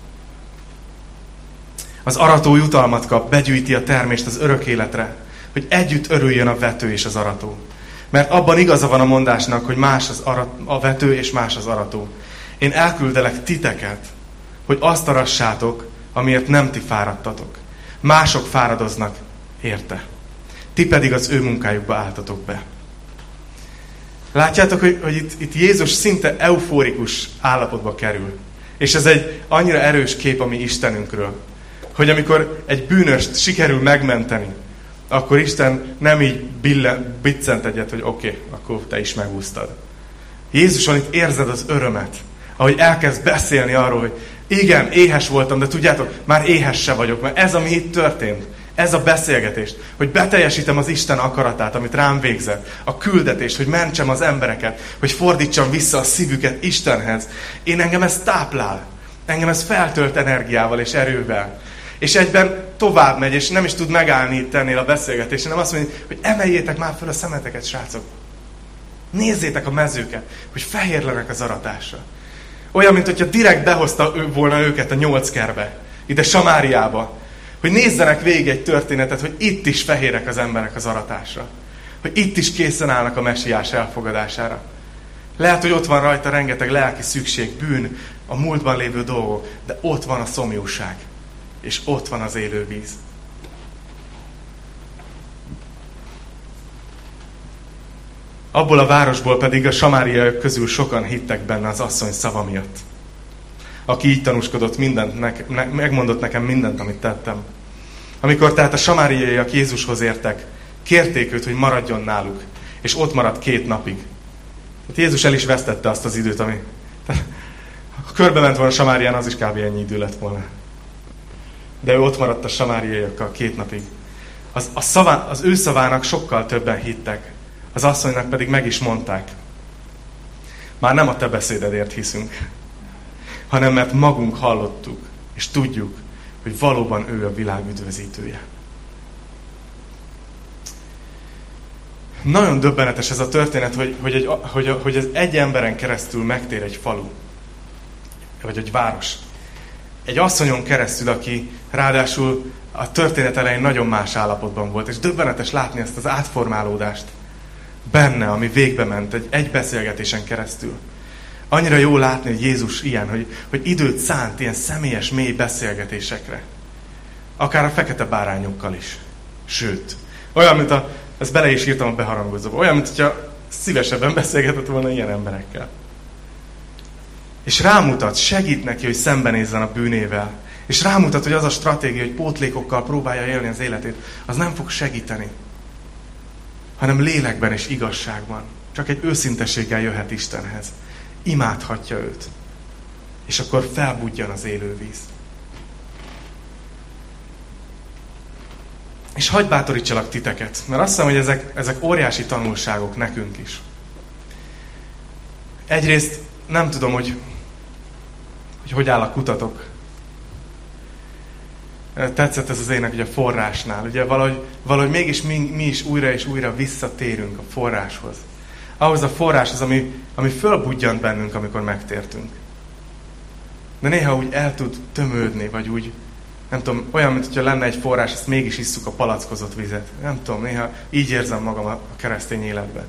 Az arató jutalmat kap, begyűjti a termést az örök életre, hogy együtt örüljön a vető és az arató. Mert abban igaza van a mondásnak, hogy más a vető és más az arató. Én elküldelek titeket, hogy azt arassátok, amiért nem ti fáradtatok. Mások fáradoznak érte. Ti pedig az ő munkájukba álltatok be. Látjátok, hogy itt Jézus szinte eufórikus állapotba kerül. És ez egy annyira erős kép a mi Istenünkről. Hogy amikor egy bűnöst sikerül megmenteni, akkor Isten nem így biccent egyet, hogy oké, akkor te is megúsztad. Jézuson itt érzed az örömet, ahogy elkezd beszélni arról, hogy igen, éhes voltam, de tudjátok, már éhes se vagyok, mert ez, ami itt történt, ez a beszélgetés, hogy beteljesítem az Isten akaratát, amit rám végzett, a küldetést, hogy mentsem az embereket, hogy fordítsam vissza a szívüket Istenhez. Engem ez táplál, engem ez feltölt energiával és erővel. És egyben tovább megy, és nem is tud megállni itt ennél a beszélgetésen, nem azt mondja, hogy emeljétek már fel a szemeteket, srácok. Nézzétek a mezőket, hogy fehérlenek az aratásra. Olyan, mint hogyha direkt behozta volna őket a 8 kerbe, ide Samáriába, hogy nézzenek végig egy történetet, hogy itt is fehérek az emberek az aratásra. Hogy itt is készen állnak a mesiás elfogadására. Lehet, hogy ott van rajta rengeteg lelki szükség, bűn, a múltban lévő dolgok, de ott van a szomjúság, és ott van az élő víz. Abból a városból pedig a samáriaiak közül sokan hittek benne az asszony szava miatt. Aki így tanúskodott megmondott nekem mindent, amit tettem. Amikor tehát a samáriaiak Jézushoz értek, kérték őt, hogy maradjon náluk, és ott maradt 2 napig. Tehát Jézus el is vesztette azt az időt, ami... Ha körbe ment volna Samárián, az is kb. Ennyi idő lett volna. De ő ott maradt a samáriaiakkal 2 napig. Az ő szavának sokkal többen hittek. Az asszonynak pedig meg is mondták. Már nem a te beszédedért hiszünk, hanem mert magunk hallottuk, és tudjuk, hogy valóban ő a világ üdvözítője. Nagyon döbbenetes ez a történet, hogy ez egy emberen keresztül megtér egy falu, vagy egy város. Egy asszonyon keresztül, aki ráadásul a történet elején nagyon más állapotban volt, és döbbenetes látni ezt az átformálódást benne, ami végbe ment egy beszélgetésen keresztül. Annyira jó látni, hogy Jézus ilyen, hogy időt szánt ilyen személyes, mély beszélgetésekre. Akár a fekete bárányokkal is. Sőt, olyan, mint ezt bele is írtam a beharangozóba, olyan, mint hogyha szívesebben beszélgetett volna ilyen emberekkel. És rámutat, segít neki, hogy szembenézzen a bűnével. És rámutat, hogy az a stratégia, hogy pótlékokkal próbálja élni az életét, az nem fog segíteni. Hanem lélekben és igazságban. Csak egy őszinteséggel jöhet Istenhez. Imádhatja őt. És akkor felbudjan az élő víz. És hadd bátorítsalak titeket, mert azt hiszem, hogy ezek óriási tanulságok nekünk is. Egyrészt nem tudom, hogy áll a kutatok. Tetszett ez az ének, hogy a forrásnál. Ugye valahogy mégis mi is újra és újra visszatérünk a forráshoz. Ahhoz a forráshoz, ami fölbudjant bennünk, amikor megtértünk. De néha úgy el tud tömődni, vagy úgy, nem tudom, olyan, mintha lenne egy forrás, ezt mégis isszuk a palackozott vizet. Nem tudom, néha így érzem magam a keresztény életben.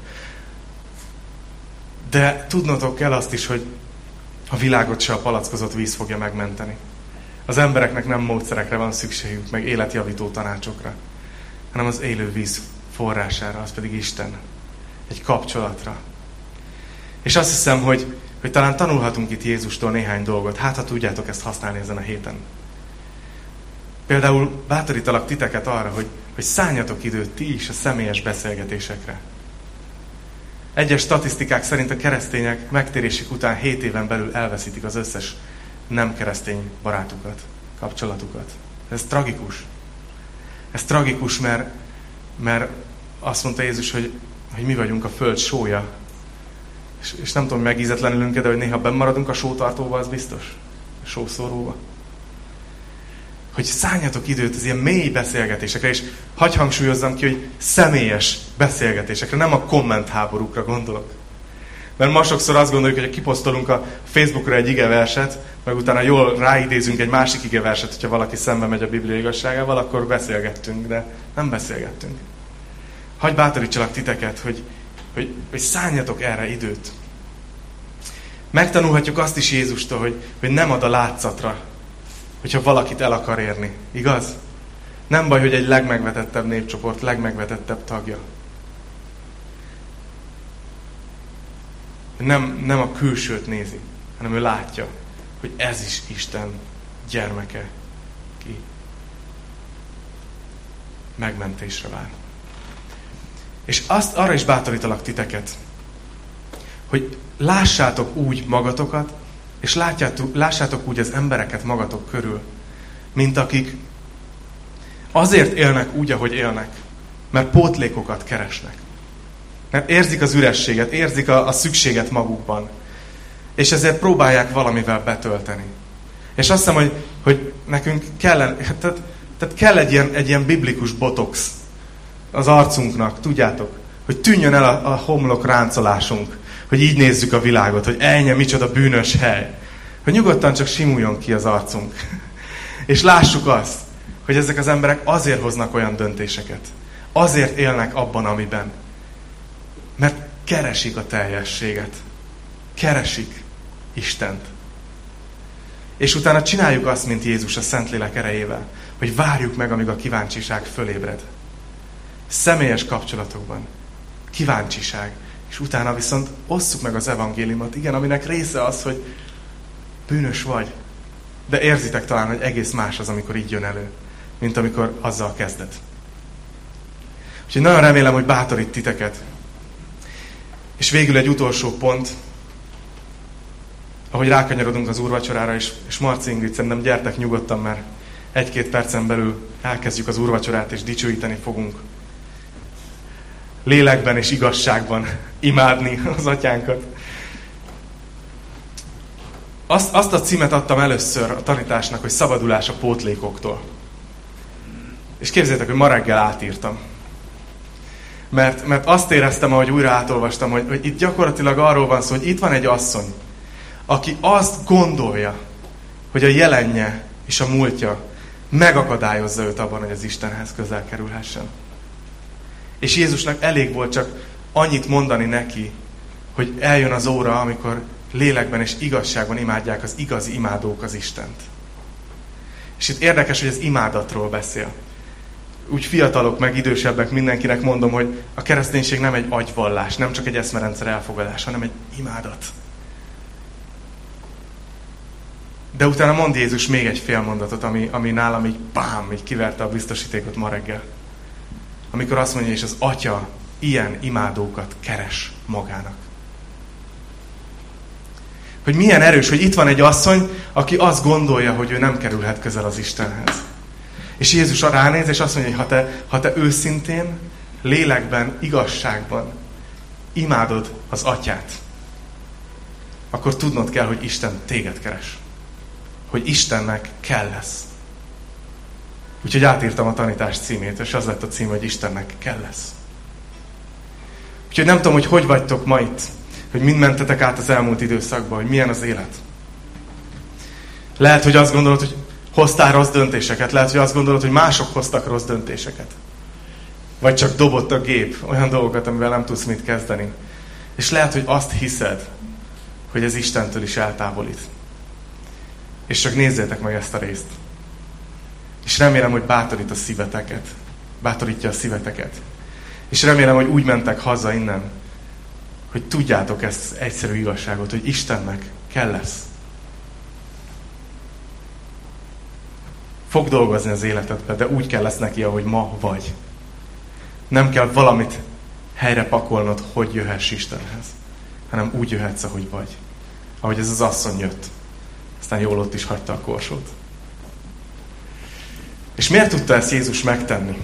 De tudnotok kell azt is, hogy a világot se a palackozott víz fogja megmenteni. Az embereknek nem módszerekre van szükségük, meg életjavító tanácsokra, hanem az élő víz forrására, az pedig Isten. Egy kapcsolatra. És azt hiszem, hogy talán tanulhatunk itt Jézustól néhány dolgot. Hát, ha tudjátok ezt használni ezen a héten. Például bátorítalak titeket arra, hogy szálljatok időt ti is a személyes beszélgetésekre. Egyes statisztikák szerint a keresztények megtérésük után 7 éven belül elveszítik az összes nem keresztény barátukat, kapcsolatukat. Ez tragikus. Ez tragikus, mert azt mondta Jézus, hogy mi vagyunk a föld sója. És nem tudom, megízetlenülünk, de hogy néha bennmaradunk a sótartóba, az biztos. A sószóróba. Hogy szálljatok időt az ilyen mély beszélgetésekre, és hadd hangsúlyozzam ki, hogy személyes beszélgetésekre, nem a kommentháborúkra gondolok. Mert ma sokszor azt gondoljuk, hogy ha kiposztolunk a Facebookra egy igeverset, meg utána jól ráidézünk egy másik igeverset, hogyha valaki szembe megy a Biblia igazságával, akkor beszélgettünk, de nem beszélgettünk. Hadd bátorítsalak titeket, hogy szálljatok erre időt. Megtanulhatjuk azt is Jézustól, hogy nem ad a látszatra, hogyha valakit el akar érni. Igaz? Nem baj, hogy egy legmegvetettebb népcsoport, legmegvetettebb tagja. Nem a külsőt nézi, hanem ő látja, hogy ez is Isten gyermeke, ki megmentésre vár. És arra is bátorítalak titeket, hogy lássátok úgy magatokat, és lássátok úgy az embereket magatok körül, mint akik azért élnek úgy, ahogy élnek, mert pótlékokat keresnek. Mert érzik az ürességet, érzik a szükséget magukban. És ezért próbálják valamivel betölteni. És azt hiszem, hogy nekünk kell egy ilyen biblikus botox az arcunknak, tudjátok, hogy tűnjön el a homlok ráncolásunk, hogy így nézzük a világot, hogy ennyi, micsoda bűnös hely. Hogy nyugodtan csak simuljon ki az arcunk. És lássuk azt, hogy ezek az emberek azért hoznak olyan döntéseket. Azért élnek abban, amiben. Mert keresik a teljességet. Keresik Istent. És utána csináljuk azt, mint Jézus a Szentlélek erejével, hogy várjuk meg, amíg a kíváncsiság fölébred. Személyes kapcsolatokban. Kíváncsiság. És utána viszont osszuk meg az evangéliumot. Igen, aminek része az, hogy bűnös vagy. De érzitek talán, hogy egész más az, amikor így jön elő, mint amikor azzal kezded. Úgyhogy nagyon remélem, hogy bátorít titeket. És végül egy utolsó pont, ahogy rákanyarodunk az úrvacsorára, és Marci Ingrid, szerintem gyertek nyugodtan, mert 1-2 percen belül elkezdjük az úrvacsorát, és dicsőíteni fogunk. Lélekben és igazságban imádni az atyánkat. Azt a címet adtam először a tanításnak, hogy szabadulás a pótlékoktól. És képzeljétek, hogy ma reggel átírtam. Mert azt éreztem, ahogy újra átolvastam, hogy itt gyakorlatilag arról van szó, hogy itt van egy asszony, aki azt gondolja, hogy a jelenje és a múltja megakadályozza őt abban, hogy az Istenhez közel kerülhessen. És Jézusnak elég volt csak annyit mondani neki, hogy eljön az óra, amikor lélekben és igazságban imádják az igazi imádók az Istent. És itt érdekes, hogy az imádatról beszél. Úgy fiatalok, meg idősebbek, mindenkinek mondom, hogy a kereszténység nem egy agyvallás, nem csak egy eszmerendszer elfogadás, hanem egy imádat. De utána mond Jézus még egy fél mondatot, ami nálam így bám, így kiverte a biztosítékot ma reggel. Amikor azt mondja, és az Atya ilyen imádókat keres magának. Hogy milyen erős, hogy itt van egy asszony, aki azt gondolja, hogy ő nem kerülhet közel az Istenhez. És Jézus ránéz, és azt mondja, hogy ha te őszintén, lélekben, igazságban imádod az Atyát, akkor tudnod kell, hogy Isten téged keres. Hogy Istennek kell lesz. Úgyhogy átírtam a tanítás címét, és az lett a cím, hogy Istennek kell lesz. Úgyhogy nem tudom, hogy vagytok ma itt, hogy mind mentetek át az elmúlt időszakban, hogy milyen az élet. Lehet, hogy azt gondolod, hogy hoztál rossz döntéseket, lehet, hogy azt gondolod, hogy mások hoztak rossz döntéseket. Vagy csak dobott a gép olyan dolgokat, amivel nem tudsz mit kezdeni. És lehet, hogy azt hiszed, hogy ez Istentől is eltávolít. És csak nézzétek meg ezt a részt. És remélem, hogy bátorítja a szíveteket. És remélem, hogy úgy mentek haza innen, hogy tudjátok ezt az egyszerű igazságot, hogy Istennek kell lesz. Fog dolgozni az életedbe, de úgy kell lesz neki, ahogy ma vagy. Nem kell valamit helyre pakolnod, hogy jöhess Istenhez, hanem úgy jöhetsz, ahogy vagy. Ahogy ez az asszony jött. Aztán jól ott is hagyta a korsót. És miért tudta ezt Jézus megtenni?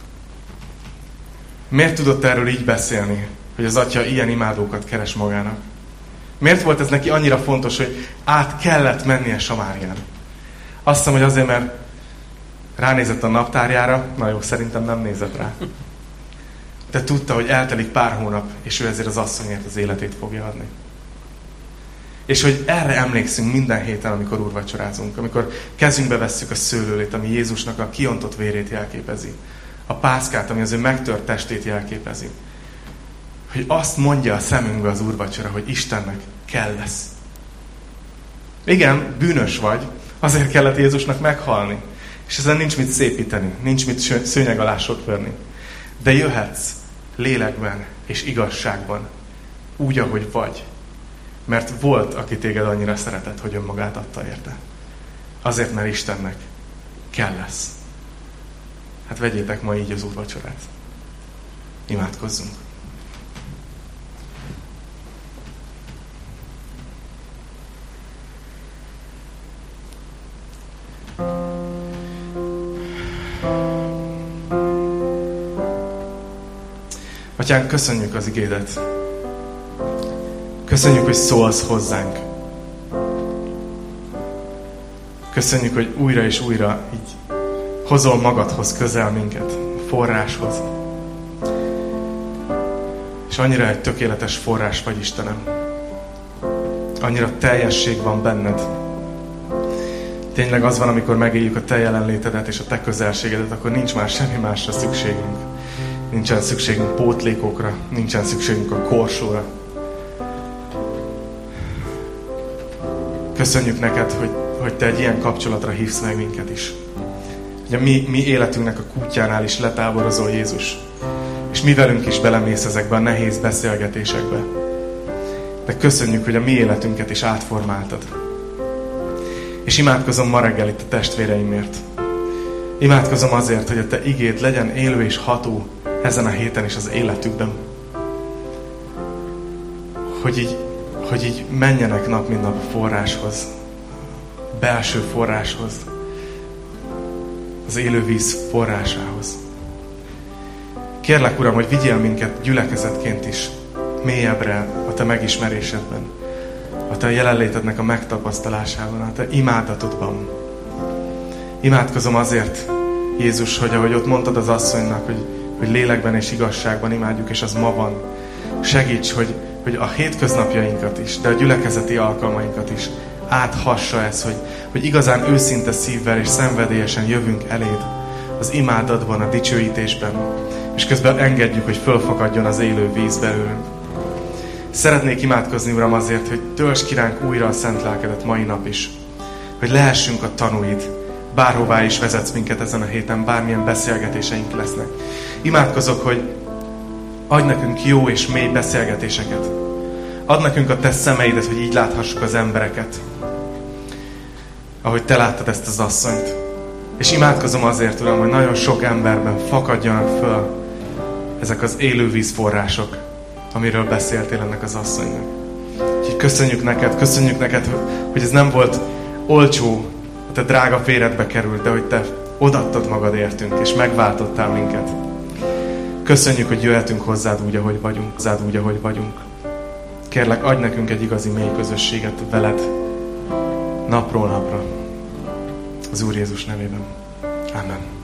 Miért tudott erről így beszélni, hogy az Atya ilyen imádókat keres magának? Miért volt ez neki annyira fontos, hogy át kellett mennie Samárián? Azt hiszem, hogy azért, mert ránézett a naptárjára, na jó, szerintem nem nézett rá. De tudta, hogy eltelik pár hónap, és ő ezért az asszonyért az életét fogja adni. És hogy erre emlékszünk minden héten, amikor úrvacsorázunk, amikor kezünkbe vesszük a szőlőlét, ami Jézusnak a kiontott vérét jelképezi. A pászkát, ami az ő megtört testét jelképezi. Hogy azt mondja a szemünkbe az úrvacsora, hogy Istennek kell lesz. Igen, bűnös vagy, azért kellett Jézusnak meghalni. És ezen nincs mit szépíteni, nincs mit szőnyeg alá söpörni. De jöhetsz lélekben és igazságban, úgy, ahogy vagy. Mert volt, aki téged annyira szeretett, hogy önmagát adta érte. Azért, mert Istennek kell lesz. Hát vegyétek ma így az úrvacsorát. Imádkozzunk. Atyánk, köszönjük az igédet. Köszönjük, hogy szólsz hozzánk. Köszönjük, hogy újra és újra így hozol magadhoz közel minket, forráshoz. És annyira egy tökéletes forrás vagy, Istenem. Annyira teljesség van benned. Tényleg az van, amikor megéljük a te jelenlétedet és a te közelségedet, akkor nincs már semmi másra szükségünk. Nincsen szükségünk pótlékokra, nincsen szükségünk a korsóra. Köszönjük neked, hogy te egy ilyen kapcsolatra hívsz meg minket is. Hogy a mi életünknek a kútjánál is letáborozol, Jézus. És mi velünk is belemész ezekbe a nehéz beszélgetésekbe. De köszönjük, hogy a mi életünket is átformáltad. És imádkozom ma reggel itt a testvéreimért. Imádkozom azért, hogy a te igéd legyen élő és ható ezen a héten is az életükben. Hogy így menjenek nap mint nap a forráshoz, belső forráshoz, az élő víz forrásához. Kérlek, Uram, hogy vigyél minket gyülekezetként is mélyebbre a Te megismerésedben, a Te jelenlétednek a megtapasztalásában, a Te imádatodban. Imádkozom azért, Jézus, hogy ahogy ott mondtad az asszonynak, hogy lélekben és igazságban imádjuk, és az ma van. Segíts, hogy a hétköznapjainkat is, de a gyülekezeti alkalmainkat is áthassa ez, hogy igazán őszinte szívvel és szenvedélyesen jövünk eléd az imádatban, a dicsőítésben, és közben engedjük, hogy fölfakadjon az élő víz belőlünk. Szeretnék imádkozni, Uram, azért, hogy töltsd ki ránk újra a szent lelkedet mai nap is, hogy lehessünk a tanúid, bárhová is vezetsz minket ezen a héten, bármilyen beszélgetéseink lesznek. Imádkozok, hogy adj nekünk jó és mély beszélgetéseket. Add nekünk a Te szemeidet, hogy így láthassuk az embereket, ahogy Te láttad ezt az asszonyt. És imádkozom azért, Uram, hogy nagyon sok emberben fakadjanak föl ezek az élő vízforrások, amiről beszéltél ennek az asszonynak. Úgyhogy köszönjük neked, hogy ez nem volt olcsó, a Te drága féredbe került, de hogy Te odaadtad magad értünk, és megváltottál minket. Köszönjük, hogy jöhetünk hozzád úgy, ahogy vagyunk. Kérlek, adj nekünk egy igazi mély közösséget veled napról napra. Az Úr Jézus nevében. Amen.